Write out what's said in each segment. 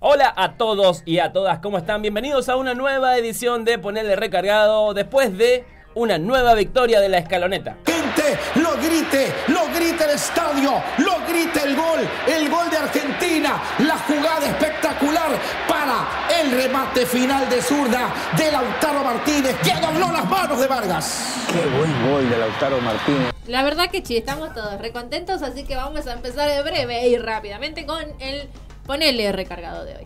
Hola a todos y a todas, ¿cómo están? Bienvenidos a una nueva edición de Ponele Recargado después de una nueva victoria de la Escaloneta. Gente, lo grite el estadio, lo grite el gol de Argentina, la jugada espectacular para el remate final de zurda de Lautaro Martínez, que dobló las manos de Vargas. Qué buen gol de Lautaro Martínez. La verdad que estamos todos recontentos, así que vamos a empezar de breve y rápidamente con el Ponele Recargado de hoy.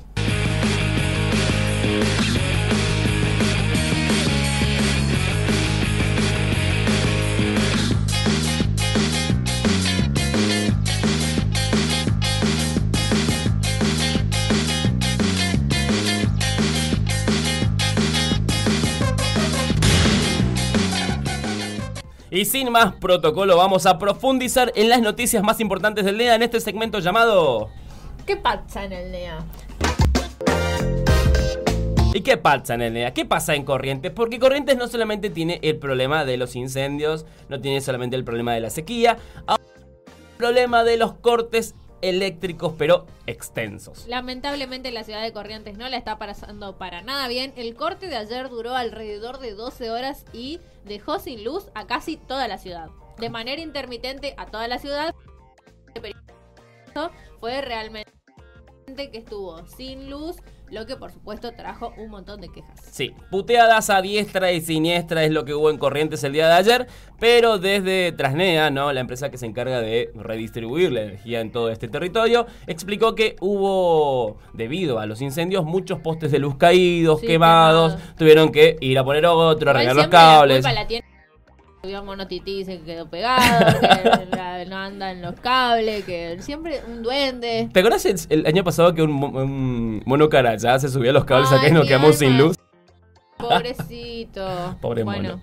Y sin más protocolo, vamos a profundizar en las noticias más importantes del día en este segmento llamado... ¿Qué pasa en el NEA? ¿Y qué pasa en el NEA? ¿Qué pasa en Corrientes? Porque Corrientes no solamente tiene el problema de los incendios, no tiene solamente el problema de la sequía, ahora el problema de los cortes eléctricos, pero extensos. Lamentablemente la ciudad de Corrientes no la está pasando para nada bien. El corte de ayer duró alrededor de 12 horas y dejó sin luz a casi toda la ciudad. De manera intermitente a toda la ciudad. Fue realmente que estuvo sin luz, lo que por supuesto trajo un montón de quejas. Sí, puteadas a diestra y siniestra es lo que hubo en Corrientes el día de ayer, pero desde Trasnea, ¿no?, la empresa que se encarga de redistribuir la energía en todo este territorio, explicó que hubo, debido a los incendios, muchos postes de luz caídos, quemados, tuvieron que ir a poner otro, arreglar los cables. Monotití se quedó pegado, que no andan los cables, que siempre un duende. ¿Te acuerdas el año pasado que un mono carayá se subió a los cables acá y nos quedamos sin luz? Pobrecito. Pobre mono.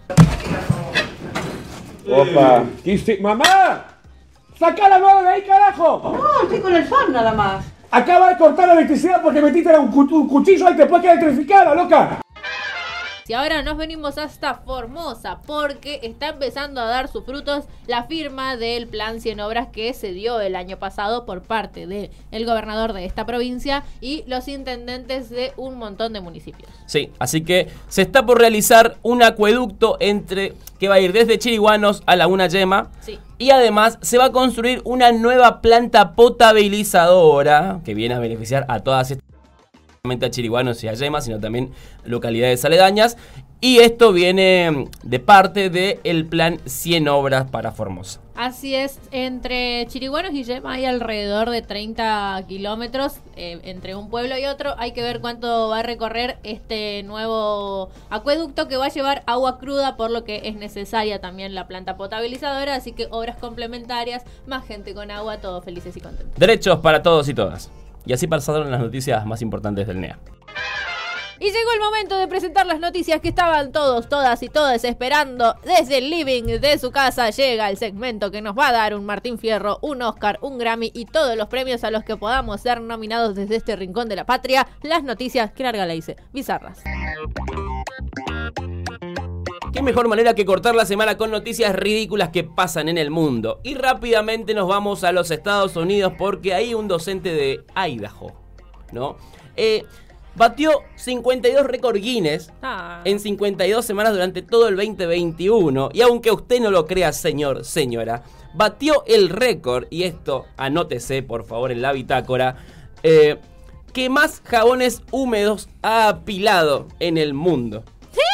Opa. ¡Mamá! ¡Sacá la nueva de ahí, carajo! No, estoy con el fan nada más. Acaba de cortar la electricidad porque metiste un cuchillo ahí que después queda electrificada, loca. Y ahora nos venimos hasta Formosa porque está empezando a dar sus frutos la firma del Plan 100 Obras que se dio el año pasado por parte del gobernador de esta provincia y los intendentes de un montón de municipios. Sí, así que se está por realizar un acueducto que va a ir desde Chiriguanos a Laguna Yema. Sí. Y además se va a construir una nueva planta potabilizadora que viene a beneficiar a todas estas, no solamente a Chiriguanos y a Yema, sino también localidades aledañas. Y esto viene de parte del plan 100 Obras para Formosa. Así es, entre Chiriguanos y Yema hay alrededor de 30 kilómetros entre un pueblo y otro. Hay que ver cuánto va a recorrer este nuevo acueducto que va a llevar agua cruda, por lo que es necesaria también la planta potabilizadora. Así que obras complementarias, más gente con agua, todos felices y contentos. Derechos para todos y todas. Y así pasaron las noticias más importantes del NEA. Y llegó el momento de presentar las noticias que estaban todos, todas y todos esperando. Desde el living de su casa llega el segmento que nos va a dar un Martín Fierro, un Oscar, un Grammy y todos los premios a los que podamos ser nominados desde este rincón de la patria. Las noticias, que larga la hice, bizarras. Qué mejor manera que cortar la semana con noticias ridículas que pasan en el mundo. Y rápidamente nos vamos a los Estados Unidos porque hay un docente de Idaho, ¿no? Batió 52 récord Guinness en 52 semanas durante todo el 2021. Y aunque usted no lo crea, señor, señora, batió el récord, y esto anótese por favor en la bitácora, que más jabones húmedos ha apilado en el mundo.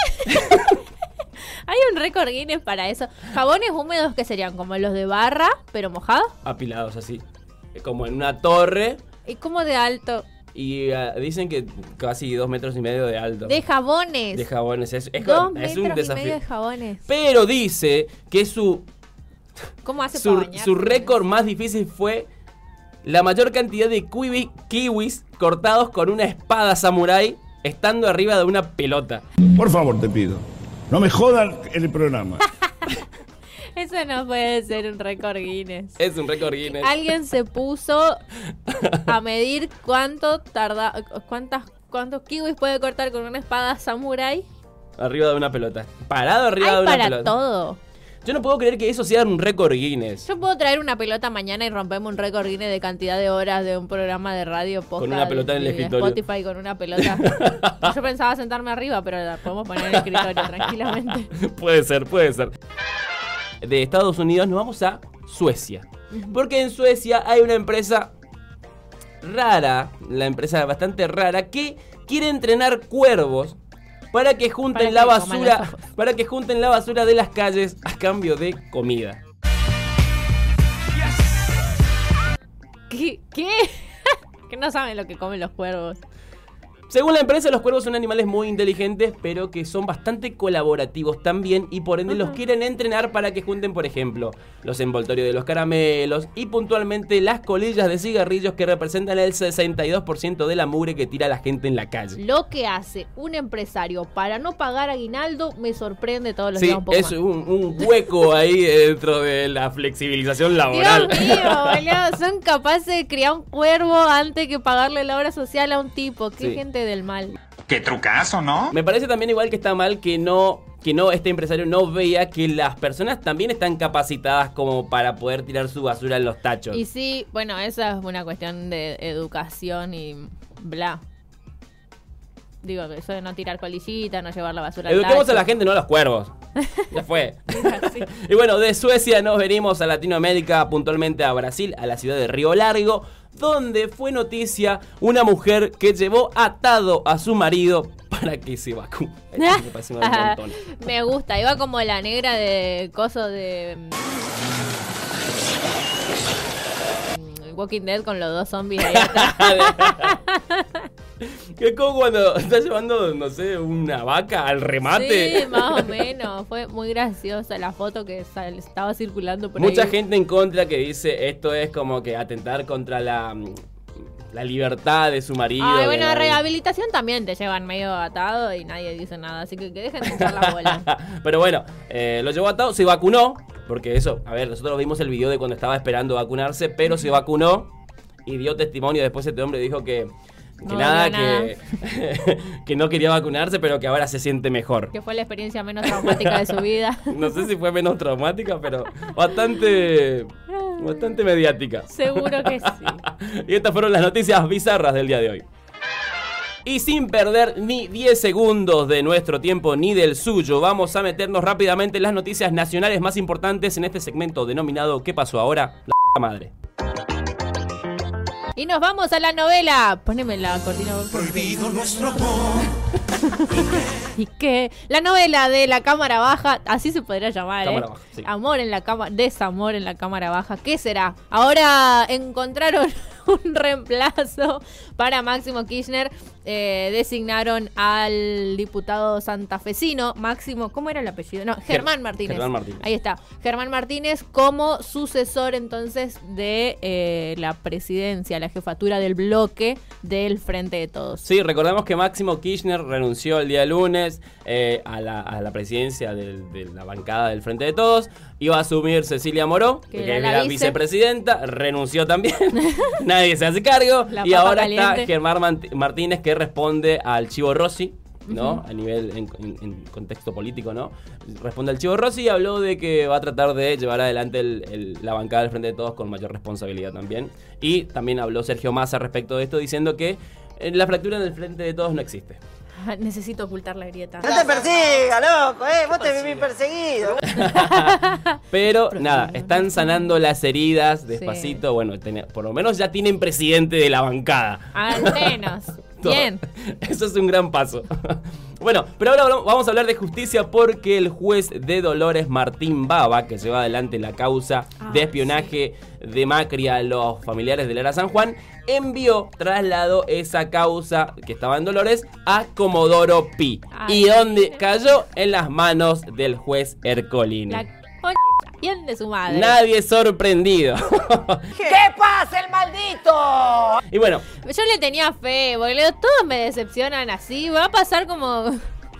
Hay un récord Guinness para eso. Jabones húmedos que serían como los de barra, pero mojados. Apilados así, como en una torre. ¿Y cómo de alto? Y dicen que casi 2,5 metros de alto. De jabones. De jabones, es 2 un metros desafío. y medio de jabones. Pero dice que ¿Cómo hace para bañarse? Su récord más difícil fue la mayor cantidad de kiwis cortados con una espada samurái estando arriba de una pelota. Por favor, te pido, no me jodan en el programa. Eso no puede ser un récord Guinness. Es un récord Guinness. Alguien se puso a medir cuántos kiwis puede cortar con una espada samurái. Arriba de una pelota. Parado arriba de una pelota. Para todo. Yo no puedo creer que eso sea un récord Guinness. Yo puedo traer una pelota mañana y rompemos un récord Guinness de cantidad de horas de un programa de radio podcast. Con una pelota en el de escritorio. Spotify con una pelota. Yo pensaba sentarme arriba, pero la podemos poner en el escritorio tranquilamente. Puede ser. De Estados Unidos nos vamos a Suecia. Porque en Suecia hay una empresa rara, la empresa bastante rara, que quiere entrenar cuervos para que junten la basura, para que junten la basura de las calles a cambio de comida. ¿Qué? Que no saben lo que comen los cuervos. Según la empresa, los cuervos son animales muy inteligentes, pero que son bastante colaborativos también y por ende los quieren entrenar para que junten, por ejemplo, los envoltorios de los caramelos y puntualmente las colillas de cigarrillos que representan el 62% de la mugre que tira la gente en la calle. Lo que hace un empresario para no pagar aguinaldo me sorprende todos los días un poco es un hueco ahí dentro de la flexibilización laboral. Dios mío, boludo, son capaces de criar un cuervo antes que pagarle la obra social a un tipo. Qué gente del mal. Qué trucazo, ¿no? Me parece también igual que está mal que no este empresario no vea que las personas también están capacitadas como para poder tirar su basura en los tachos. Y sí, bueno, esa es una cuestión de educación y bla. Digo, eso de no tirar colillita, no llevar la basura al Eduquemos tacho. a la gente, no a los cuervos. Ya fue. Sí. Y bueno, de Suecia nos venimos a Latinoamérica, puntualmente a Brasil, a la ciudad de Río Largo, donde fue noticia una mujer que llevó atado a su marido para que se vacune. Me parece un montón. Me gusta, iba como la negra de coso de Walking Dead con los dos zombies ahí atrás. Que es como cuando estás llevando, no sé, una vaca al remate. Sí, más o menos. Fue muy graciosa la foto que estaba circulando por Mucha ahí. gente en contra que dice esto es como que atentar contra la libertad de su marido. Ay, bueno, rehabilitación también te llevan medio atado y nadie dice nada, así que dejen de echar la bola. Pero bueno, lo llevó atado, se vacunó, porque eso, a ver, nosotros vimos el video de cuando estaba esperando vacunarse, pero se vacunó y dio testimonio. Después este hombre dijo que que no quería vacunarse, pero que ahora se siente mejor. Que fue la experiencia menos traumática de su vida. No sé si fue menos traumática, pero bastante mediática. Seguro que sí. Y estas fueron las noticias bizarras del día de hoy. Y sin perder ni 10 segundos de nuestro tiempo ni del suyo, vamos a meternos rápidamente en las noticias nacionales más importantes en este segmento denominado ¿Qué pasó ahora? La madre. Y nos vamos a la novela. Poneme la cortina. Prohibido nuestro amor. ¿Y qué? La novela de la cámara baja, así se podría llamar, Cámara baja, sí. Amor en la cámara, desamor en la cámara baja. ¿Qué será? Ahora encontraron un reemplazo para Máximo Kirchner. Designaron al diputado santafesino Máximo, ¿cómo era el apellido? No, Germán Martínez. Germán Martínez. Ahí está. Germán Martínez como sucesor entonces de la presidencia, la jefatura del bloque del Frente de Todos. Sí, recordemos que Máximo Kirchner renunció el día lunes a la presidencia de la bancada del Frente de Todos. Iba a asumir Cecilia Moró, que era vicepresidenta, renunció también. Nadie se hace cargo. La Y papa ahora caliente. está Germán Martínez, que responde al Chivo Rossi, ¿no? A nivel, en contexto político, ¿no? Responde al Chivo Rossi y habló de que va a tratar de llevar adelante la bancada del Frente de Todos con mayor responsabilidad también. Y también habló Sergio Massa respecto de esto, diciendo que la fractura en el Frente de Todos no existe. Necesito ocultar la grieta. No te persiga, loco, vos te vivís perseguido. Pero nada, están sanando las heridas despacito. Sí. Bueno, por lo menos ya tienen presidente de la bancada. Al menos. Bien. Eso es un gran paso. Bueno, pero ahora vamos a hablar de justicia porque el juez de Dolores, Martín Baba, que lleva adelante la causa de espionaje de Macri a los familiares de Lara San Juan, trasladó esa causa que estaba en Dolores a Comodoro Pi. Ay. ¿Y dónde cayó? En las manos del juez Ercolini. Bien de su madre. Nadie sorprendido. ¿Qué pasa, el maldito? Y bueno, Yo le tenía fe, boludo. Todos me decepcionan así. Va a pasar como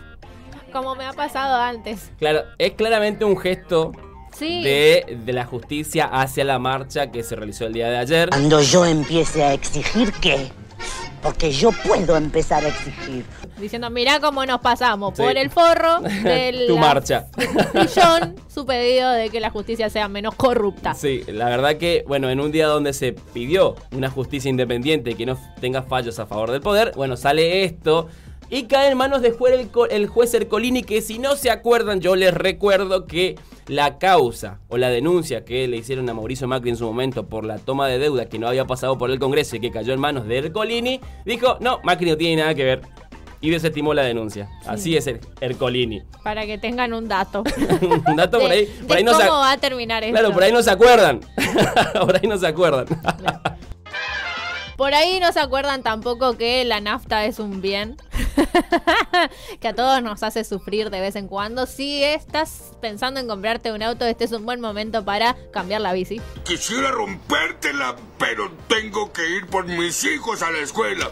me ha pasado antes. claro, es claramente un gesto Sí. de la justicia hacia la marcha que se realizó el día de ayer. Cuando yo empiece a exigir que porque yo puedo empezar a exigir. Diciendo, mirá cómo nos pasamos Sí. por el forro de Tu marcha. Millón, su pedido de que la justicia sea menos corrupta. Sí, la verdad que, bueno, en un día donde se pidió una justicia independiente que no tenga fallos a favor del poder, bueno, sale esto y cae en manos de el juez Ercolini, que si no se acuerdan, yo les recuerdo que la causa o la denuncia que le hicieron a Mauricio Macri en su momento por la toma de deuda que no había pasado por el Congreso y que cayó en manos de Ercolini, dijo, no, Macri no tiene nada que ver. Y desestimó la denuncia. Sí. Así es Ercolini. Para que tengan un dato. Un dato por ahí. Por ahí no ¿Cómo va a terminar esto? Claro, por ahí no se acuerdan. Por ahí no se acuerdan. Por ahí no se acuerdan tampoco que la nafta es un bien que a todos nos hace sufrir de vez en cuando. Si estás pensando en comprarte un auto, este es un buen momento para cambiar la bici. Quisiera rompértela, pero tengo que ir por mis hijos a la escuela.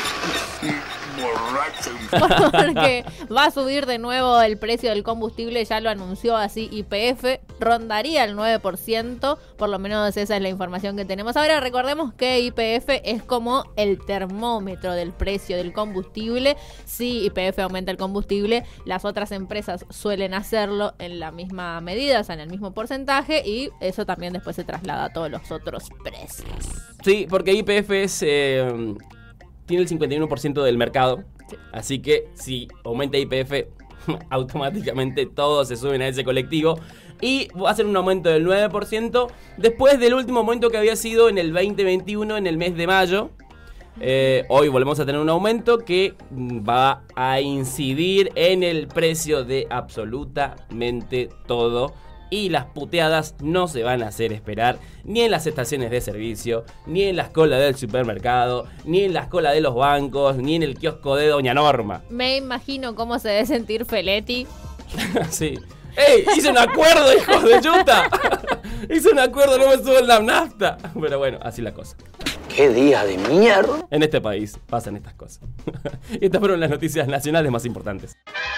Borracho. Porque va a subir de nuevo el precio del combustible, ya lo anunció así YPF, rondaría el 9%, por lo menos esa es la información que tenemos. Ahora recordemos que YPF es como el termómetro del precio del combustible. Si YPF aumenta el combustible, las otras empresas suelen hacerlo en la misma medida, o sea, en el mismo porcentaje, y eso también después se traslada a todos los otros precios. Sí, porque YPF es... tiene el 51% del mercado, sí. Así que si aumenta YPF, automáticamente todos se suben a ese colectivo y va a ser un aumento del 9% después del último aumento que había sido en el 2021, en el mes de mayo. Hoy volvemos a tener un aumento que va a incidir en el precio de absolutamente todo. Y las puteadas no se van a hacer esperar ni en las estaciones de servicio, ni en las colas del supermercado, ni en las colas de los bancos, ni en el kiosco de Doña Norma. Me imagino cómo se debe sentir Feletti. Sí. ¡Ey! ¡Hice un acuerdo, hijos de yuta! ¡Hice un acuerdo, no me subo la nafta! Pero bueno, así la cosa. ¡Qué día de mierda! En este país pasan estas cosas. Y estas fueron las noticias nacionales más importantes.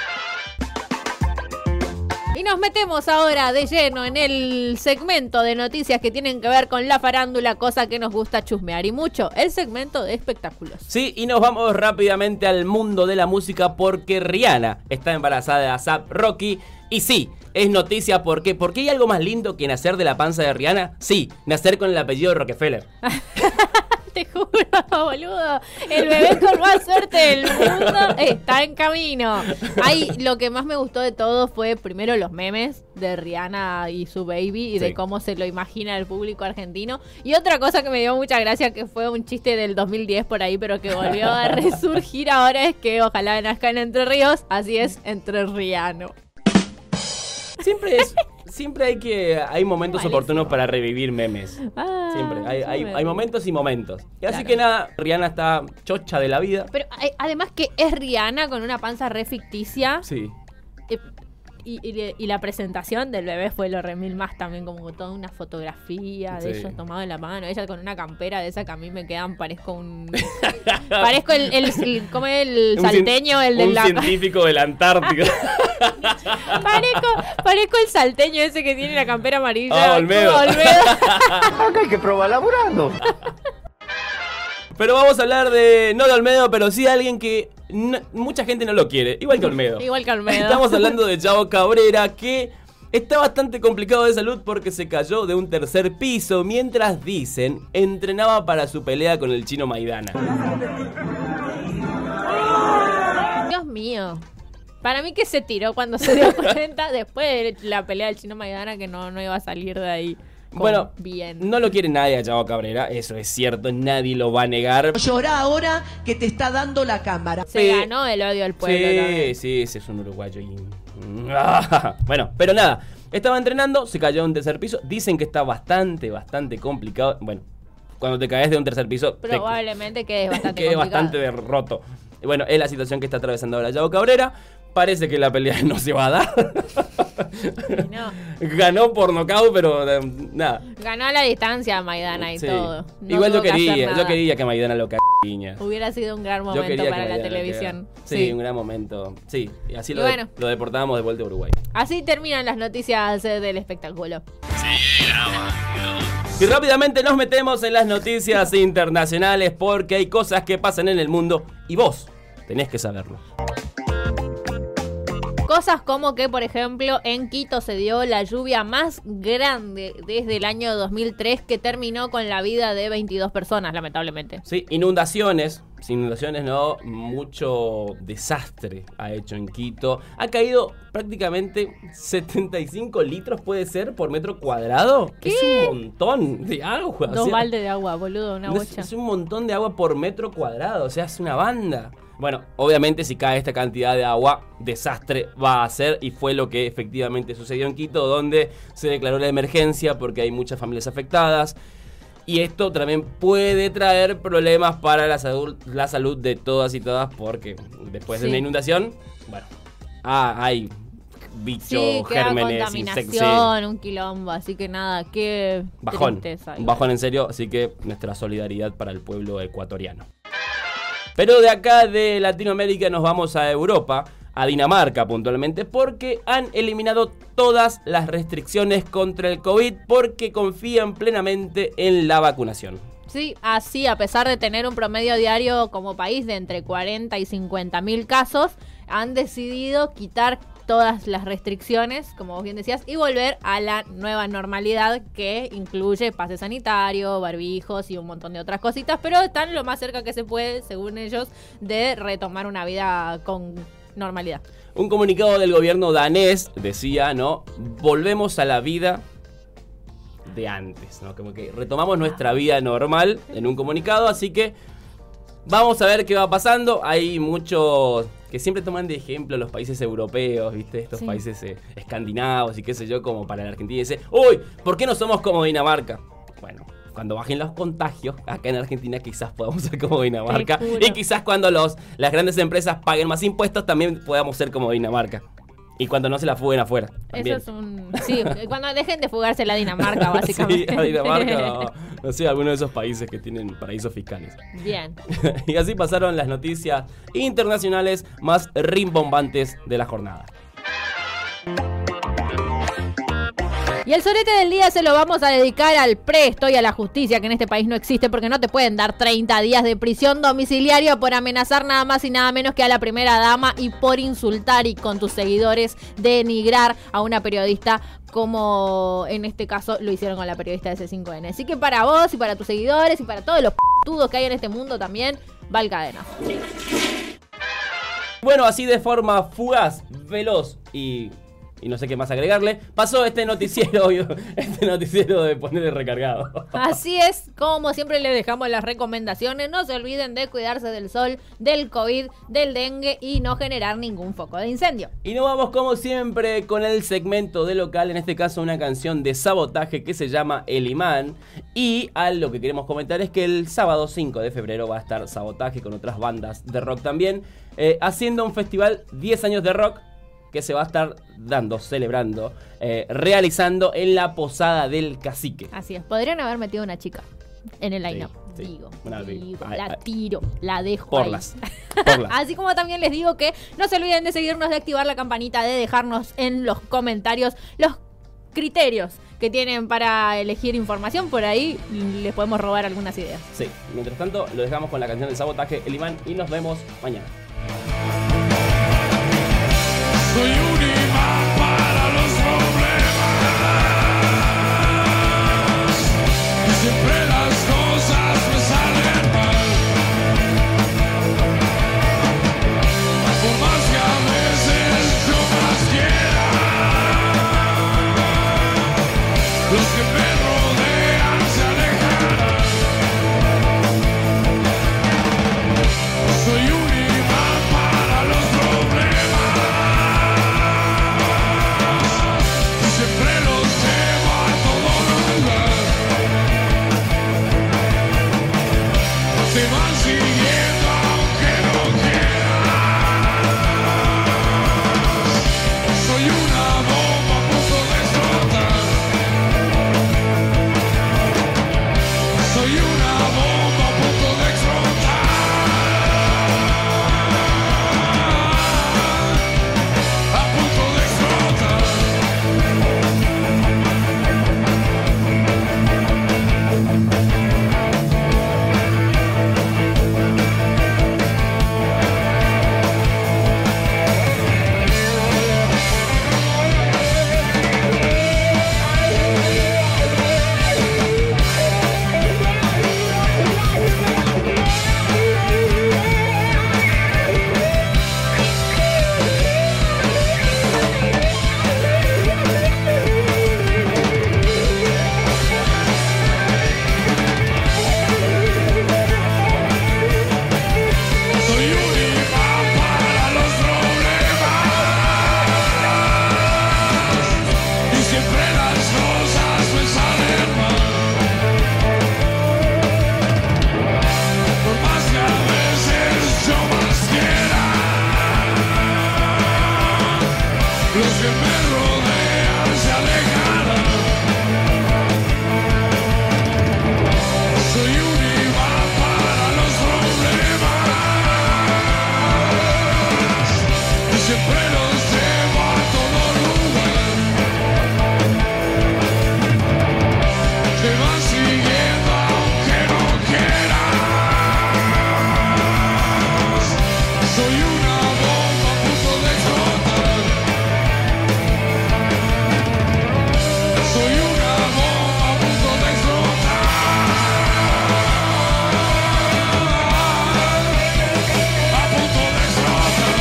Y nos metemos ahora de lleno en el segmento de noticias que tienen que ver con la farándula, cosa que nos gusta chusmear y mucho, el segmento de espectáculos. Sí, y nos vamos rápidamente al mundo de la música porque Rihanna está embarazada de A$AP Rocky. Y sí, es noticia porque hay algo más lindo que nacer de la panza de Rihanna. Sí, nacer con el apellido de Rockefeller. Te juro, boludo, el bebé con más suerte del mundo está en camino. Lo que más me gustó de todo fue primero los memes de Rihanna y su baby y de cómo se lo imagina el público argentino. Y otra cosa que me dio mucha gracia, que fue un chiste del 2010 por ahí, pero que volvió a resurgir ahora, es que ojalá nazca en Entre Ríos, así es, Entre Riano. Siempre hay momentos oportunos para revivir memes. Siempre. Hay momentos y momentos. Y así que nada, Rihanna está chocha de la vida. Pero además que es Rihanna con una panza re ficticia. Sí. Y la presentación del bebé fue lo remil más también, como toda una fotografía de ellos tomados en la mano, ella con una campera de esa que a mí me quedan, parezco ¿cómo es el salteño? Un científico de la Antártica. Parezco el salteño ese que tiene la campera amarilla. Olmedo. Acá hay que probar laburando. Pero vamos a hablar no de Olmedo, pero sí de alguien que mucha gente no lo quiere. Igual que Olmedo. Estamos hablando de Yao Cabrera, que está bastante complicado de salud porque se cayó de un tercer piso mientras, dicen, entrenaba para su pelea con el chino Maidana. Dios mío. Para mí que se tiró cuando se dio cuenta después de la pelea del chino Maidana que no iba a salir de ahí. Bueno, bien. No lo quiere nadie a Yao Cabrera, eso es cierto, nadie lo va a negar. Llorá ahora que te está dando la cámara. Se ganó el odio del pueblo. Sí, ese es un uruguayo. Bueno, pero nada, estaba entrenando, se cayó de un tercer piso, dicen que está bastante complicado. Bueno, cuando te caes de un tercer piso probablemente quedes bastante complicado. Bastante derroto. Y bueno, es la situación que está atravesando ahora Yao Cabrera. Parece que la pelea no se va a dar. No. Ganó por nocaut, pero nada. Ganó a la distancia Maidana y todo. No igual yo quería que Maidana lo caña. Hubiera sido un gran momento para la televisión. Sí, un gran momento. Sí, y así lo deportábamos de vuelta a Uruguay. Así terminan las noticias del espectáculo. Si Y rápidamente nos metemos en las noticias internacionales porque hay cosas que pasan en el mundo y vos tenés que saberlo. Cosas como que, por ejemplo, en Quito se dio la lluvia más grande desde el año 2003 que terminó con la vida de 22 personas, lamentablemente. Sí, inundaciones. Sin inundaciones, no, mucho desastre ha hecho en Quito. Ha caído prácticamente 75 litros, puede ser, por metro cuadrado. ¿Qué? Es un montón de agua. Dos baldes de agua, boludo, una bocha. Es un montón de agua por metro cuadrado, o sea, es una banda. Bueno, obviamente si cae esta cantidad de agua, desastre va a ser, y fue lo que efectivamente sucedió en Quito, donde se declaró la emergencia porque hay muchas familias afectadas. Y esto también puede traer problemas para la salud de todas y todas, porque después de una inundación, bueno, hay bichos, gérmenes, contaminación, un quilombo, así que nada, qué bajón, tristeza. Un bajón en serio, así que nuestra solidaridad para el pueblo ecuatoriano. Pero de acá de Latinoamérica nos vamos a Europa, a Dinamarca puntualmente, porque han eliminado todas las restricciones contra el COVID porque confían plenamente en la vacunación. Sí, así, a pesar de tener un promedio diario como país de entre 40 y 50 mil casos, han decidido quitar todas las restricciones, como vos bien decías, y volver a la nueva normalidad que incluye pase sanitario, barbijos y un montón de otras cositas, pero están lo más cerca que se puede, según ellos, de retomar una vida con normalidad. Un comunicado del gobierno danés decía, ¿no? Volvemos a la vida de antes, ¿no? Como que retomamos nuestra vida normal en un comunicado, así que vamos a ver qué va pasando. Hay muchos que siempre toman de ejemplo los países europeos, ¿viste? Estos países escandinavos y qué sé yo, como para la Argentina. Y dice, uy, ¿por qué no somos como Dinamarca? Bueno, cuando bajen los contagios, acá en Argentina quizás podamos ser como Dinamarca. Y quizás cuando las grandes empresas paguen más impuestos, también podamos ser como Dinamarca. Y cuando no se la fuguen afuera. También. Eso es un... Sí, cuando dejen de fugarse la Dinamarca, básicamente. Sí, a Dinamarca, no sé, alguno de esos países que tienen paraísos fiscales. Bien. Y así pasaron las noticias internacionales más rimbombantes de la jornada. Y el sorete del día se lo vamos a dedicar al presto y a la justicia, que en este país no existe porque no te pueden dar 30 días de prisión domiciliaria por amenazar nada más y nada menos que a la primera dama y por insultar y con tus seguidores denigrar a una periodista, como en este caso lo hicieron con la periodista de C5N. Así que para vos y para tus seguidores y para todos los p***tudos que hay en este mundo también, va el cadena. Bueno, así de forma fugaz, veloz y no sé qué más agregarle, pasó este noticiero de ponerle recargado. Así es, como siempre les dejamos las recomendaciones. No se olviden de cuidarse del sol, del COVID, del dengue y no generar ningún foco de incendio. Y nos vamos como siempre con el segmento de local, en este caso una canción de Sabotaje que se llama El Imán. Y lo que queremos comentar es que el sábado 5 de febrero va a estar Sabotaje con otras bandas de rock también, haciendo un festival 10 años de rock, que se va a estar celebrando, realizando en la Posada del Cacique. Así es, podrían haber metido una chica en el line-up. Sí, digo, sí. la tiro, la dejo porlas. Así como también les digo que no se olviden de seguirnos, de activar la campanita, de dejarnos en los comentarios los criterios que tienen para elegir información. Por ahí les podemos robar algunas ideas. Sí, mientras tanto lo dejamos con la canción del Sabotaje, El Imán, y nos vemos mañana. Soy un imán para los problemas y siempre las cosas me salen mal. Por más que a veces yo más quiera, los que me rodean se alejarán. Soy un imán para los problemas. Soy una bomba a punto de explotar. Soy una bomba a punto de explotar. A punto de explotar.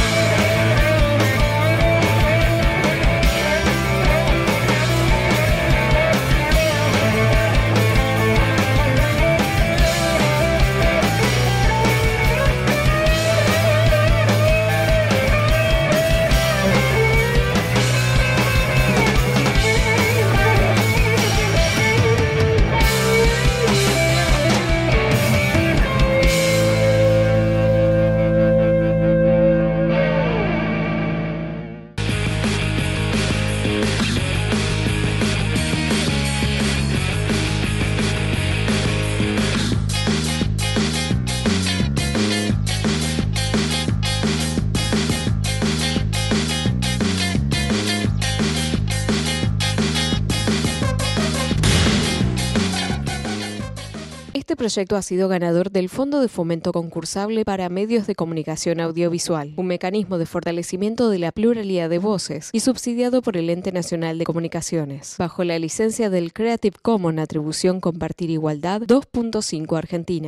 Este proyecto ha sido ganador del Fondo de Fomento Concursable para Medios de Comunicación Audiovisual, un mecanismo de fortalecimiento de la pluralidad de voces y subsidiado por el Ente Nacional de Comunicaciones, bajo la licencia del Creative Commons Atribución Compartir Igualdad 2.5 Argentina.